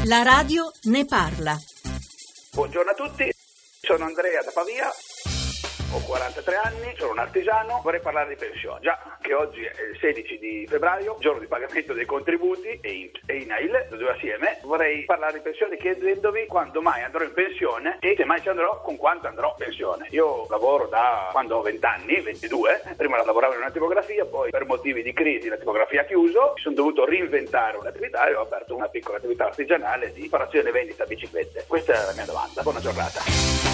La radio ne parla. Buongiorno a tutti, sono Andrea da Pavia, ho 43 anni, sono un artigiano, vorrei parlare di pensione. Già che oggi è il 16 di febbraio, giorno di pagamento dei contributi e INAIL, le due assieme, vorrei parlare di pensione chiedendovi quando mai andrò in pensione e se mai ci andrò, con quanto andrò in pensione. Io lavoro da quando ho 20 anni, 22, prima lavoravo in una tipografia, poi per motivi di crisi la tipografia ha chiuso, mi sono dovuto reinventare un'attività e ho aperto una piccola attività artigianale di preparazione e vendita biciclette. Questa è la mia domanda. Buona giornata.